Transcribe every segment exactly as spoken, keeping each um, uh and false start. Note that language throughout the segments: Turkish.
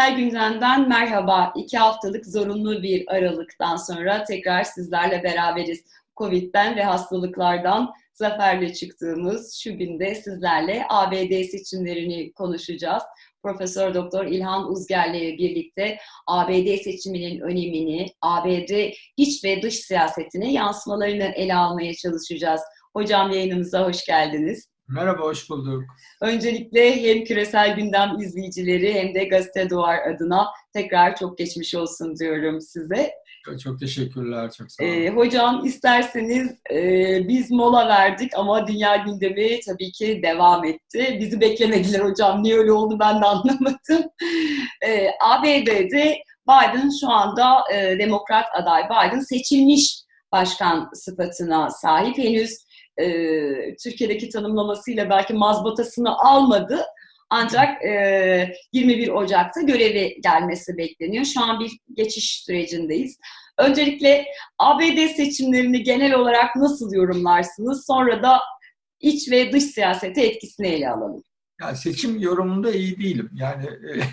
Küresel gündemden merhaba. İki haftalık zorunlu bir aralıktan sonra tekrar sizlerle beraberiz. Covid'den ve hastalıklardan zaferle çıktığımız şu günde sizlerle A B D seçimlerini konuşacağız. Profesör Doktor İlhan Uzger'le birlikte A B D seçiminin önemini, A B D iç ve dış siyasetine yansımalarını ele almaya çalışacağız. Hocam yayınımıza hoş geldiniz. Merhaba, hoş bulduk. Öncelikle hem küresel gündem izleyicileri hem de Gazete Duvar adına tekrar çok geçmiş olsun diyorum size. Çok, çok teşekkürler, çok sağ olun. Ee, hocam isterseniz e, biz mola verdik ama dünya gündemi tabii ki devam etti. Bizi beklemediler hocam. Niye öyle oldu ben de anlamadım. Ee, A B D'de Biden şu anda e, demokrat aday Biden seçilmiş başkan sıfatına sahip. Henüz e, Türkiye'deki tanımlamasıyla belki mazbatasını almadı. Ancak e, yirmi bir Ocak'ta göreve gelmesi bekleniyor. Şu an bir geçiş sürecindeyiz. Öncelikle A B D seçimlerini genel olarak nasıl yorumlarsınız? Sonra da iç ve dış siyasete etkisini ele alalım. Ya seçim yorumunda iyi değilim. Yani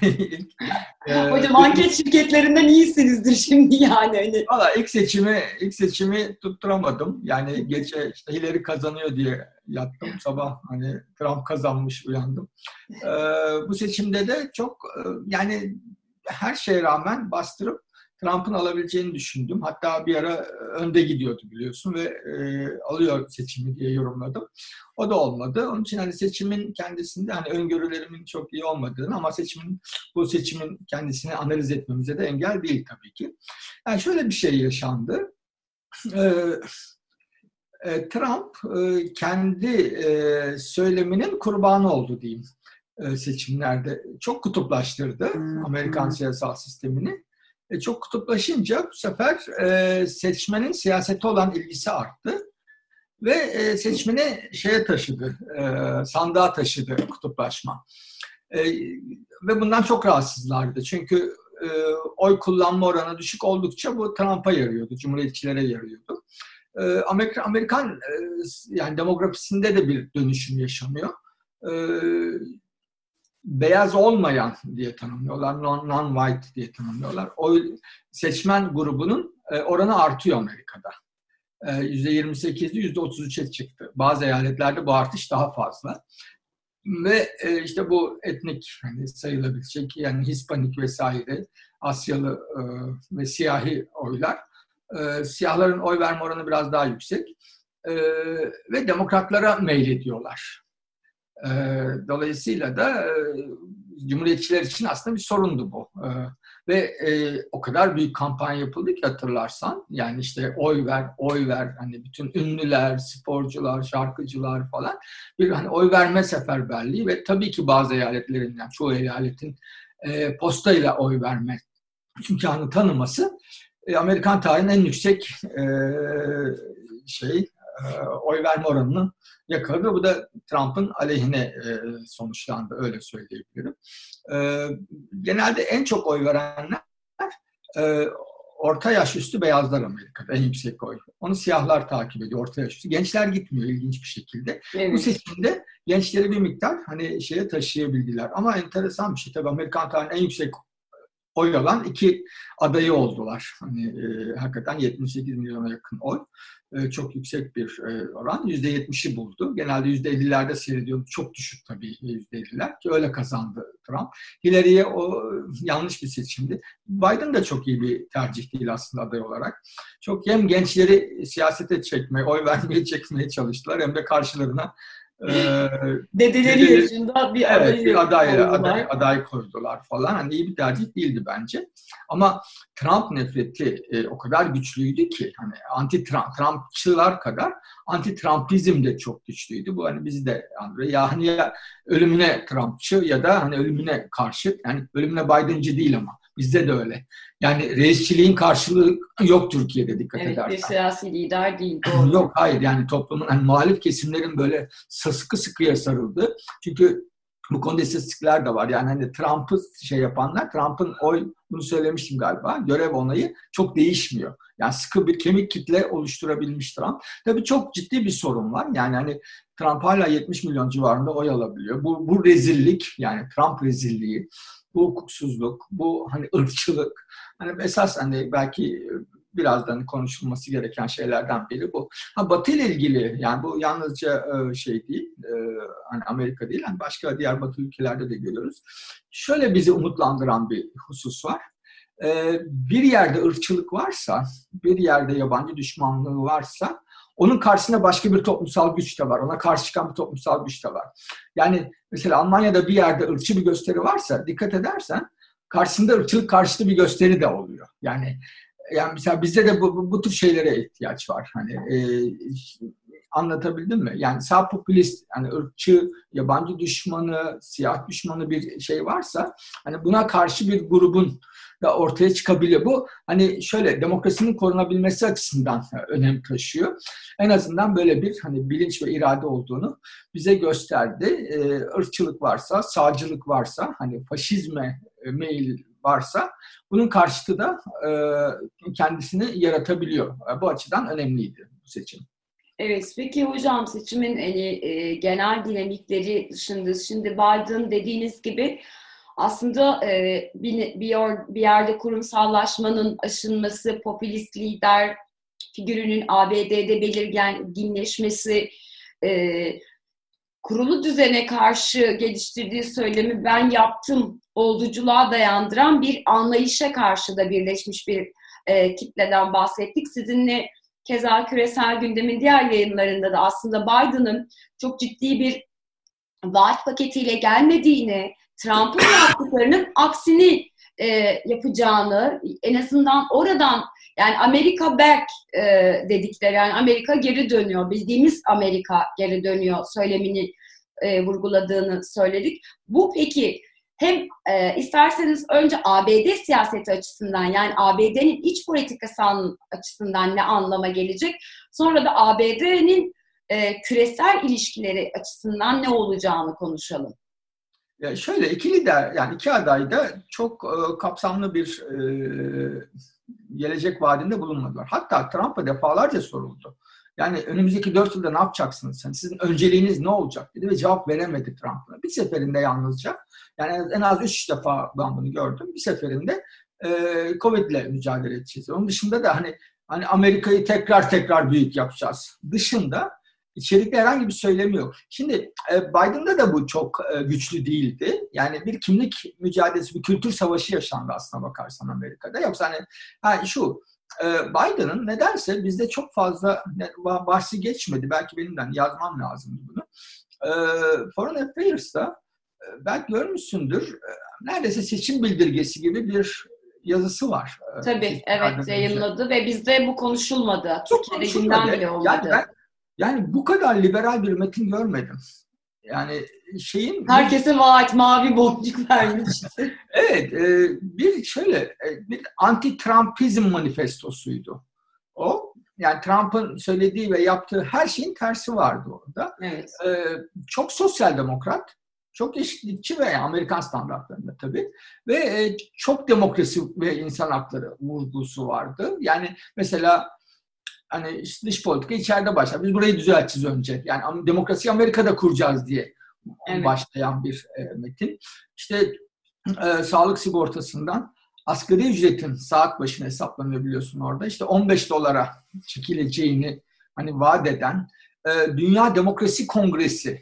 e, hocam anket şirketlerinden iyisinizdir şimdi yani. Hani. Valla ilk seçimi ilk seçimi tutturamadım. Yani gece işte Hillary kazanıyor diye yattım. Sabah hani Trump kazanmış uyandım. Ee, bu seçimde de çok yani her şeye rağmen bastırıp Trump'ın alabileceğini düşündüm. Hatta bir ara önde gidiyordu biliyorsun ve e, alıyor seçimi diye yorumladım. O da olmadı. Onun için hani seçimin kendisinde hani öngörülerimin çok iyi olmadığını ama seçimin bu seçimin kendisini analiz etmemize de engel değil tabii ki. Yani şöyle bir şey yaşandı. Ee, e, Trump e, kendi e, söyleminin kurbanı oldu diyeyim e, seçimlerde. Çok kutuplaştırdı Amerikan siyasal sistemini. E, çok kutuplaşınca bu sefer e, seçmenin siyasete olan ilgisi arttı ve e, seçmeni şeye taşıdı, e, sandığa taşıdı kutuplaşma. E, ve bundan çok rahatsızlardı. Çünkü e, oy kullanma oranı düşük oldukça bu Trump'a yarıyordu, Cumhuriyetçilere yarıyordu. E, Amerika, Amerikan e, yani demografisinde de bir dönüşüm yaşanıyor. E, beyaz olmayan diye tanımlıyorlar, non-white diye tanımlıyorlar. O seçmen grubunun oranı artıyor Amerika'da. yüzde yirmi sekizdi, yüzde otuz üçe çıktı. Bazı eyaletlerde bu artış daha fazla. Ve işte bu etnik hani sayılabilecek yani Hispanik vesaire, Asyalı ve siyahi oylar. Siyahların oy verme oranı biraz daha yüksek. Ve demokratlara meylediyorlar. Dolayısıyla da Cumhuriyetçiler için aslında bir sorundu bu. Ve e, o kadar büyük kampanya yapıldı ki hatırlarsan. Yani işte oy ver, oy ver. Hani bütün ünlüler, sporcular, şarkıcılar falan. Bir hani oy verme seferberliği ve tabii ki bazı eyaletlerin, yani çoğu eyaletin e, postayla oy verme imkanı tanıması e, Amerikan tarihinin en yüksek e, şey oy verme oranını yakaladı. Bu da Trump'ın aleyhine sonuçlandı, öyle söyleyebilirim. Genelde en çok oy verenler orta yaş üstü beyazlar Amerika'da, en yüksek oy. Onu siyahlar takip ediyor, orta yaş üstü. Gençler gitmiyor ilginç bir şekilde. Evet. Bu seçimde gençleri bir miktar hani şeye taşıyabildiler. Ama enteresan bir şey tabii, Amerikan tarihinin en yüksek oy alan iki adayı oldular. Hani e, hakikaten yetmiş sekiz milyona yakın oy. E, çok yüksek bir e, oran. yüzde yetmişi buldu. Genelde yüzde ellilerde seyrediyordu. Çok düşük tabii yüzde elliler ki öyle kazandı Trump. Hillary'ye o yanlış bir seçimdi. Biden de çok iyi bir tercih değil aslında aday olarak. Çok hem gençleri siyasete çekmeye, oy vermeye çekmeye çalıştılar hem de karşılarına Ee, dedeleri dedeleri, yaşında bir evet, aday, bir aday, aday, aday koydular falan. Hani iyi bir tercih değildi bence. Ama Trump nefreti e, o kadar güçlüydü ki hani anti-Trumpçılar kadar anti-Trumpizm de çok güçlüydü. Bu hani bizi de andırıyor. Ya hani ya ölümüne Trumpçı ya da hani ölümüne karşı, yani ölümüne Biden'cı değil ama bizde de öyle. Yani reisçiliğin karşılığı yok Türkiye'de, dikkat evet, edersen. Evet, bir siyasi lider değil. Doğru. Yok, hayır, yani toplumun hani muhalif kesimlerin böyle sıkı sıkıya sarıldı. Çünkü bu konuda istatistikler de var. Yani hani Trump'ı şey yapanlar, Trump'ın oy, bunu söylemiştim galiba, görev onayı çok değişmiyor. Yani sıkı bir kemik kitle oluşturabilmiş Trump. Tabii çok ciddi bir sorun var. Yani hani Trump hala yetmiş milyon civarında oy alabiliyor. Bu, bu rezillik, yani Trump rezilliği, bu hukuksuzluk, bu hani ırkçılık, hani esas hani belki birazdan konuşulması gereken şeylerden biri bu. Ha, Batı ile ilgili, yani bu yalnızca şey değil, hani Amerika değil, hani başka diğer Batı ülkelerde de görüyoruz. Şöyle bizi umutlandıran bir husus var. Bir yerde ırkçılık varsa, bir yerde yabancı düşmanlığı varsa, onun karşısında başka bir toplumsal güç de var. Ona karşı çıkan bir toplumsal güç de var. Yani mesela Almanya'da bir yerde ırkçı bir gösteri varsa, dikkat edersen karşısında ırkçılık karşıtı bir gösteri de oluyor. Yani yani mesela bizde de bu, bu, bu tür şeylere ihtiyaç var. Hani e, anlatabildim mi? Yani sağ popülist, yani ırkçı, yabancı düşmanı, siyah düşmanı bir şey varsa, hani buna karşı bir grubun da ortaya çıkabiliyor. Bu hani şöyle demokrasinin korunabilmesi açısından önem taşıyor. En azından böyle bir hani bilinç ve irade olduğunu bize gösterdi. E, ırkçılık varsa, sağcılık varsa, hani faşizme meyil varsa bunun karşıtı da e, kendisini yaratabiliyor. Bu açıdan önemliydi bu seçim. Evet, peki hocam seçimin hani, e, genel dinamikleri dışında, şimdi Biden dediğiniz gibi aslında e, bir, bir, bir yerde kurumsallaşmanın aşınması, popülist lider figürünün A B D'de belirginleşmesi, e, kurulu düzene karşı geliştirdiği söylemi ben yaptım olduculuğa dayandıran bir anlayışa karşı da birleşmiş bir e, kitleden bahsettik. Sizinle keza küresel gündemin diğer yayınlarında da aslında Biden'ın çok ciddi bir vaat paketiyle gelmediğini, Trump'ın yaptıklarının aksini e, yapacağını, en azından oradan, yani Amerika back e, dedikleri, yani Amerika geri dönüyor, bildiğimiz Amerika geri dönüyor söylemini e, vurguladığını söyledik. Bu peki hem e, isterseniz önce A B D siyaseti açısından, yani A B D'nin iç politikası açısından ne anlama gelecek, sonra da A B D'nin e, küresel ilişkileri açısından ne olacağını konuşalım. Ya şöyle, iki lider, yani iki aday da çok e, kapsamlı bir e, gelecek vaadinde bulunmadılar. Hatta Trump'a defalarca soruldu. Yani önümüzdeki dört yılda ne yapacaksınız? Yani sizin önceliğiniz ne olacak dedi ve cevap veremedi Trump'a. Bir seferinde yalnızca, yani en az üç defa ben bunu gördüm. Bir seferinde e, Covid'le mücadele edeceğiz. Onun dışında da hani hani Amerika'yı tekrar tekrar büyük yapacağız dışında İçerikte herhangi bir söylemi yok. Şimdi Biden'da da bu çok güçlü değildi. Yani bir kimlik mücadelesi, bir kültür savaşı yaşandı aslına bakarsan Amerika'da. Yoksa hani ha, şu Biden'ın nedense bizde çok fazla bahsi geçmedi. Belki benim de yazmam lazımdı bunu. Foreign Affairs'ta belki görmüşsündür. Neredeyse seçim bildirgesi gibi bir yazısı var. Tabii, evet, yayınladı ve bizde bu konuşulmadı. Türkiye'de gündem bile olmadı. Yani ben Yani bu kadar liberal bir metin görmedim. Yani şeyin... Herkese vaat, mavi boncuk vermişti. Evet, bir şöyle, bir anti-Trumpizm manifestosuydu o. Yani Trump'ın söylediği ve yaptığı her şeyin tersi vardı orada. Evet. Çok sosyal demokrat, çok eşitlikçi ve Amerikan standartlarında tabii. Ve çok demokrasi ve insan hakları vurgusu vardı. Yani mesela... Hani dış politika içeride başlar. Biz burayı düzelteceğiz önce. Yani demokrasiyi Amerika'da kuracağız diye evet. başlayan bir e, metin. İşte e, sağlık sigortasından asgari ücretin saat başına hesaplanıyor biliyorsun orada. İşte on beş dolara çekileceğini hani vaat eden e, Dünya Demokrasi Kongresi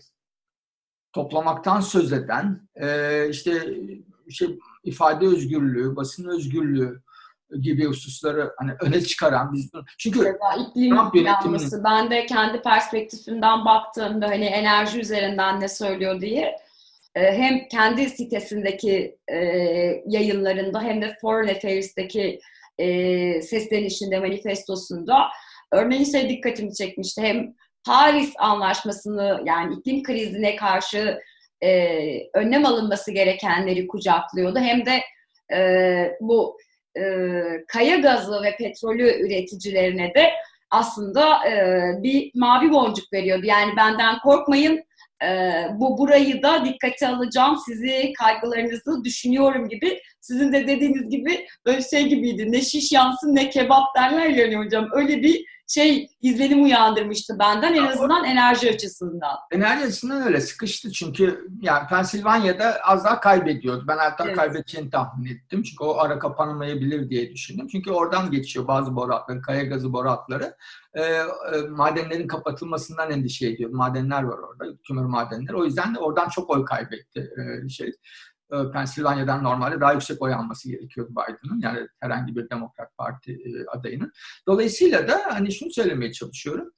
toplamaktan söz eden e, işte şey, ifade özgürlüğü, basın özgürlüğü gibi hususları hani öne çıkaran biz bunu. Çünkü iklim yanlısı. Ben de kendi perspektifimden baktığımda hani enerji üzerinden ne söylüyor diye hem kendi sitesindeki e, yayınlarında hem de Foreign Affairs'teki e, seslenişinde, manifestosunda örneğin şey dikkatimi çekmişti. Hem Paris Anlaşması'nı, yani iklim krizine karşı e, önlem alınması gerekenleri kucaklıyordu. Hem de e, bu e, kaya gazı ve petrolü üreticilerine de aslında e, bir mavi boncuk veriyordu. Yani benden korkmayın, e, bu burayı da dikkate alacağım, sizi, kaygılarınızı düşünüyorum gibi. Sizin de dediğiniz gibi böyle şey gibiydi. Ne şiş yansın ne kebap derler yani hocam. Öyle bir şey izlenim uyandırmıştı benden, en azından enerji açısından. Enerji açısından öyle sıkıştı çünkü yani Pensilvanya'da az daha kaybediyordu. Ben hatta Evet. kaybedeceğini tahmin ettim. Çünkü o ara kapanamayabilir diye düşündüm. Çünkü oradan geçiyor bazı boru hatları, kaya gazı boru hatları. E, e, madenlerin kapatılmasından endişe ediyor. Madenler var orada, kömür madenleri. O yüzden de oradan çok oy kaybetti e, şey. Pensilvanya'dan normalde daha yüksek oy alması gerekiyordu Biden'ın. Yani herhangi bir Demokrat Parti adayının. Dolayısıyla da hani şunu söylemeye çalışıyorum.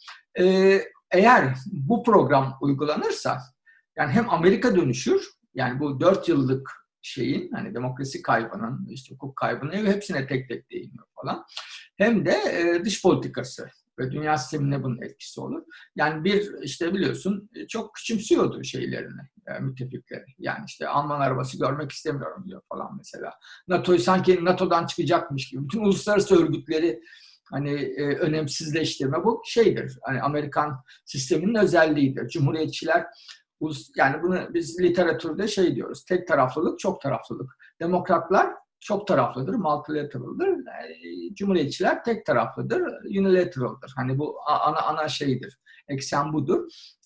Eğer bu program uygulanırsa yani hem Amerika dönüşür, yani bu dört yıllık şeyin hani demokrasi kaybının, işte hukuk kaybının hepsine tek tek değiniyor falan. Hem de dış politikası ve dünya sistemine bunun etkisi olur. Yani bir işte biliyorsun çok küçümsüyordu şeylerini, müttefikleri. Yani işte Alman arabası görmek istemiyorum diyor falan mesela. NATO'yu sanki NATO'dan çıkacakmış gibi. Bütün uluslararası örgütleri hani e, önemsizleştirme bu şeydir. Hani Amerikan sisteminin özelliğidir. Cumhuriyetçiler yani bunu biz literatürde şey diyoruz. Tek taraflılık, çok taraflılık. Demokratlar çok taraflıdır, multilateral'dır. Yani, Cumhuriyetçiler tek taraflıdır, unilateral'dır. Hani bu ana ana şeydir. Eksen budur.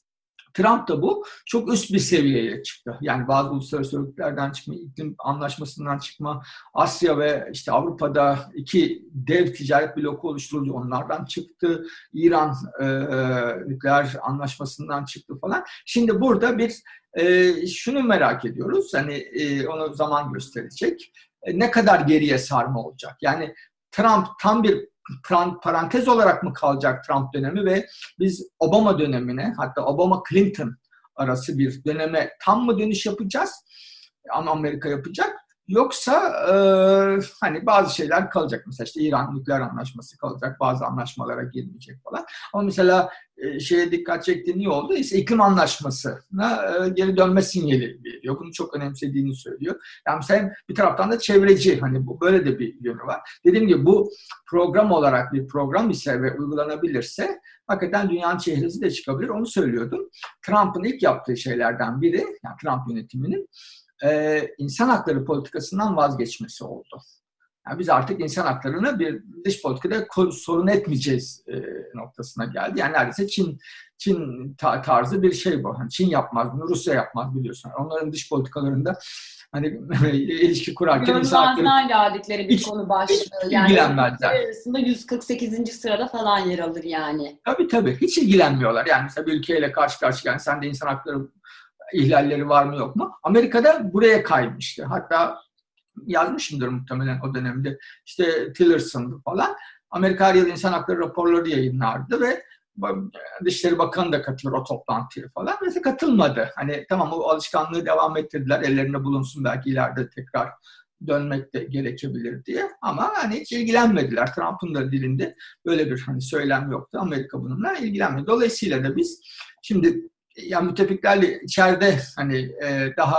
Trump da bu çok üst bir seviyeye çıktı. Yani bazı uluslararası örgütlerden çıkma, iklim anlaşmasından çıkma, Asya ve işte Avrupa'da iki dev ticaret bloku oluşturuldu. Onlardan çıktı. İran e, nükleer anlaşmasından çıktı falan. Şimdi burada bir e, şunu merak ediyoruz. Hani e, onu zaman gösterecek. E, ne kadar geriye sarma olacak? Yani Trump tam bir parantez olarak mı kalacak Trump dönemi ve biz Obama dönemine, hatta Obama-Clinton arası bir döneme tam mı dönüş yapacağız? Ama Amerika yapacak. Yoksa e, hani bazı şeyler kalacak. Mesela işte İran nükleer anlaşması kalacak. Bazı anlaşmalara girmeyecek falan. Ama mesela e, şeye dikkat çektiği niye oldu? İşte iklim anlaşmasına e, geri dönme sinyali veriyor. Bunu çok önemsediğini söylüyor. Yani mesela bir taraftan da çevreci. Hani bu böyle de bir yönü var. Dediğim gibi bu program olarak bir program ise ve uygulanabilirse hakikaten dünyanın çehresi de çıkabilir. Onu söylüyordum. Trump'ın ilk yaptığı şeylerden biri, yani Trump yönetiminin e, insan hakları politikasından vazgeçmesi oldu. Yani biz artık insan haklarını bir dış politikada sorun etmeyeceğiz e, noktasına geldi. Yani neredeyse Çin Çin tarzı bir şey bu. Hani Çin yapmaz bunu, Rusya yapmaz biliyorsun. Onların dış politikalarında hani ilişki kurarken insan hakları geldikleri bir konu başlığı. Yani ilgilenmezler. Arasında yüz kırk sekizinci sırada falan yer alır yani. Tabii tabii. Hiç ilgilenmiyorlar. Yani mesela bir ülkeyle karşı karşıya yani sende insan hakları ihlalleri var mı yok mu? Amerika'da buraya kaymıştı. Hatta yazmışımdır muhtemelen o dönemde. İşte Tillerson'du falan. Amerika her yıl insan hakları raporları yayınlardı ve Dışişleri Bakanı da katılır o toplantıya falan. Mesela katılmadı. Hani tamam o alışkanlığı devam ettirdiler. Ellerinde bulunsun belki ileride tekrar dönmek de gerekebilir diye. Ama hani hiç ilgilenmediler. Trump'ın da dilinde böyle bir hani söylem yoktu. Amerika bununla ilgilenmedi. Dolayısıyla da biz şimdi yani müttefiklerle içeride hani e, daha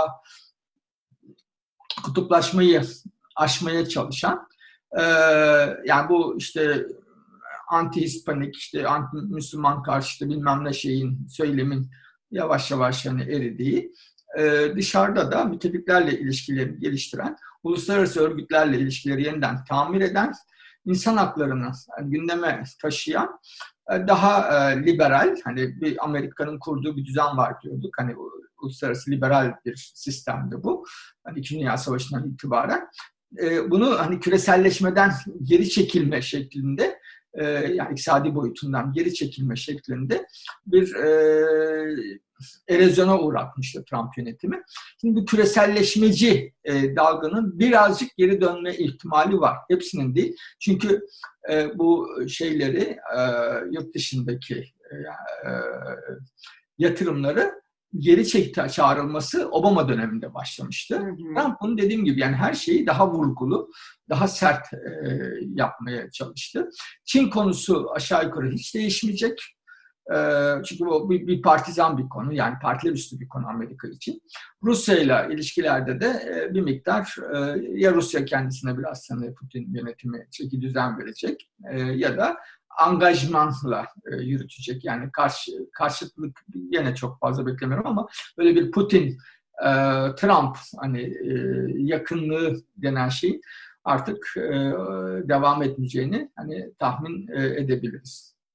kutuplaşmayı aşmaya çalışan e, yani bu işte anti-Hispanik, işte anti-Müslüman karşıtı bilmem ne şeyin, söylemin yavaş yavaş hani eridiği, e, dışarıda da müttefiklerle ilişkileri geliştiren, uluslararası örgütlerle ilişkileri yeniden tamir eden, insan haklarını yani gündeme taşıyan, daha e, liberal, hani bir Amerika'nın kurduğu bir düzen var diyorduk. Hani uluslararası liberal bir sistemdi bu. Hani İkinci Dünya Savaşı'ndan itibaren. E, bunu hani küreselleşmeden geri çekilme şeklinde, e, yani iktisadi boyutundan geri çekilme şeklinde bir e, erozyona uğratmıştı Trump yönetimi. Şimdi bu küreselleşmeci e, dalganın birazcık geri dönme ihtimali var. Hepsinin değil. Çünkü e, bu şeyleri e, yurt dışındaki e, e, yatırımları geri çek çağrılması Obama döneminde başlamıştı. Hı hı. Trump'ın dediğim gibi yani her şeyi daha vurgulu, daha sert e, yapmaya çalıştı. Çin konusu aşağı yukarı hiç değişmeyecek. E, çünkü bu bir, bir partizan bir konu, yani partiler üstü bir konu Amerika için. Rusya ile ilişkilerde de e, bir miktar e, ya Rusya kendisine biraz sanırım Putin yönetimi çeki düzen verecek e, ya da angajmanla e, yürütecek. Yani karşı, karşıtlık yine çok fazla beklemiyorum ama böyle bir Putin, e, Trump hani e, yakınlığı denen şeyin artık e, devam etmeyeceğini hani tahmin e, edebiliriz.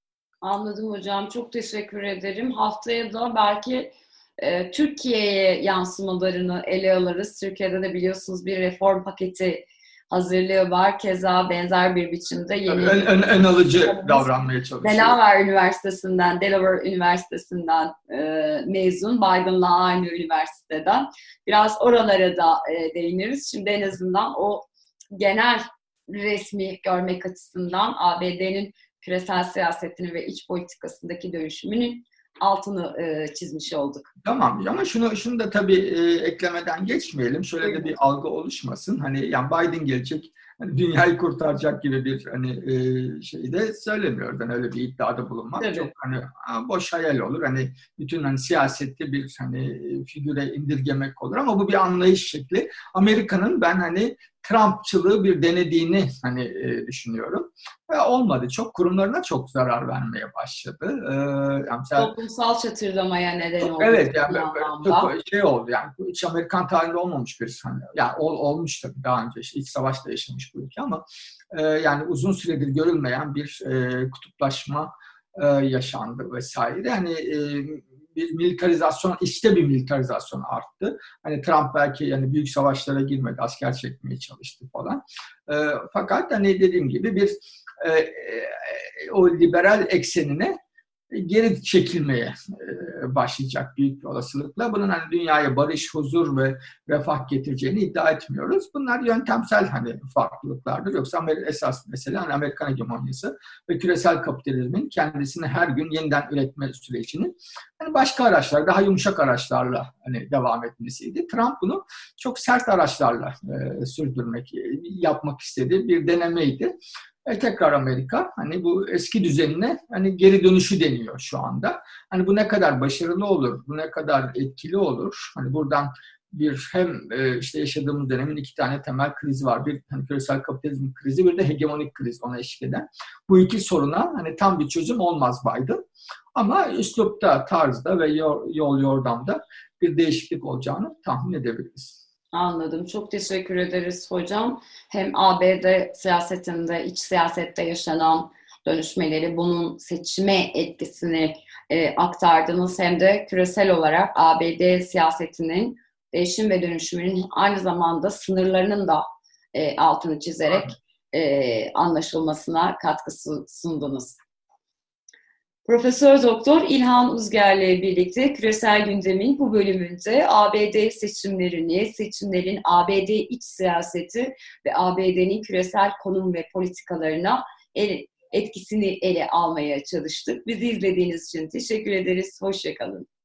Anladım hocam. Çok teşekkür ederim. Haftaya da belki e, Türkiye'ye yansımalarını ele alırız. Türkiye'de de biliyorsunuz bir reform paketi hazırlığı var. Keza benzer bir biçimde yeni Ön, ön, ön alıcı davranmaya çalışıyor. Delaware Üniversitesi'nden, Delaware Üniversitesi'nden e, mezun, Biden'la aynı üniversiteden. Biraz oralara da e, değiniriz. Şimdi en azından o genel resmi görmek açısından A B D'nin küresel siyasetini ve iç politikasındaki dönüşümünün altını e, çizmiş olduk. Tamam ama şunu şunu da tabii e, eklemeden geçmeyelim. Şöyle de bir algı oluşmasın. Hani yani Biden gelecek, hani dünyayı kurtaracak gibi bir hani e, şey de söylemiyoruz. Yani öyle bir iddiada bulunmak evet. Çok hani boş hayal olur. Hani bütün hani siyasette bir hani figüre indirgemek olur ama bu bir anlayış şekli. Amerika'nın ben hani Trumpçılığı bir denediğini hani e, düşünüyorum. Ve olmadı. Çok kurumlarına çok zarar vermeye başladı. Ee, yani mesela, toplumsal çatırdamaya neden oldu. Evet yani çok şey oldu yani hiç Amerikan tarihinde olmamış bir hani yani ol, olmuş tabii daha önce işte iç savaşta yaşamış bu ülke ama e, yani uzun süredir görülmeyen bir e, kutuplaşma e, yaşandı vesaire. Yani e, bir militarizasyon, işte bir militarizasyon arttı. Hani Trump belki yani büyük savaşlara girmedi, asker çekmeye çalıştı falan. E, fakat hani dediğim gibi bir e, e, o liberal eksenine geri çekilmeye e, başlayacak büyük bir olasılıkla. Bunun hani dünyaya barış, huzur ve refah getireceğini iddia etmiyoruz. Bunlar yöntemsel hani farklılıklardır. Yoksa esas mesele hani Amerikan hegemonyası ve küresel kapitalizmin kendisini her gün yeniden üretme sürecini yani başka araçlar, daha yumuşak araçlarla hani devam etmesiydi. Trump bunu çok sert araçlarla e, sürdürmek, yapmak istediği bir denemeydi. E, tekrar Amerika hani bu eski düzenine hani geri dönüşü deniyor şu anda. Hani bu ne kadar başarılı olur, bu ne kadar etkili olur. Hani buradan bir hem e, işte yaşadığımız dönemin iki tane temel krizi var. Bir hani küresel kapitalizm krizi, bir de hegemonik kriz ona eşlik eden. Bu iki soruna hani tam bir çözüm olmaz Biden. Ama üslupta, tarzda ve yol yordamda bir değişiklik olacağını tahmin edebiliriz. Anladım. Çok teşekkür ederiz hocam. Hem A B D siyasetinde, iç siyasette yaşanan dönüşmeleri, bunun seçime etkisini e, aktardınız. Hem de küresel olarak A B D siyasetinin değişim ve dönüşümünün aynı zamanda sınırlarının da e, altını çizerek e, anlaşılmasına katkısı sundunuz. Profesör Doktor İlhan Uzger'le birlikte küresel gündemin bu bölümünde A B D seçimlerini, seçimlerin A B D iç siyaseti ve A B D'nin küresel konum ve politikalarına el, etkisini ele almaya çalıştık. Bizi izlediğiniz için teşekkür ederiz. Hoşça kalın.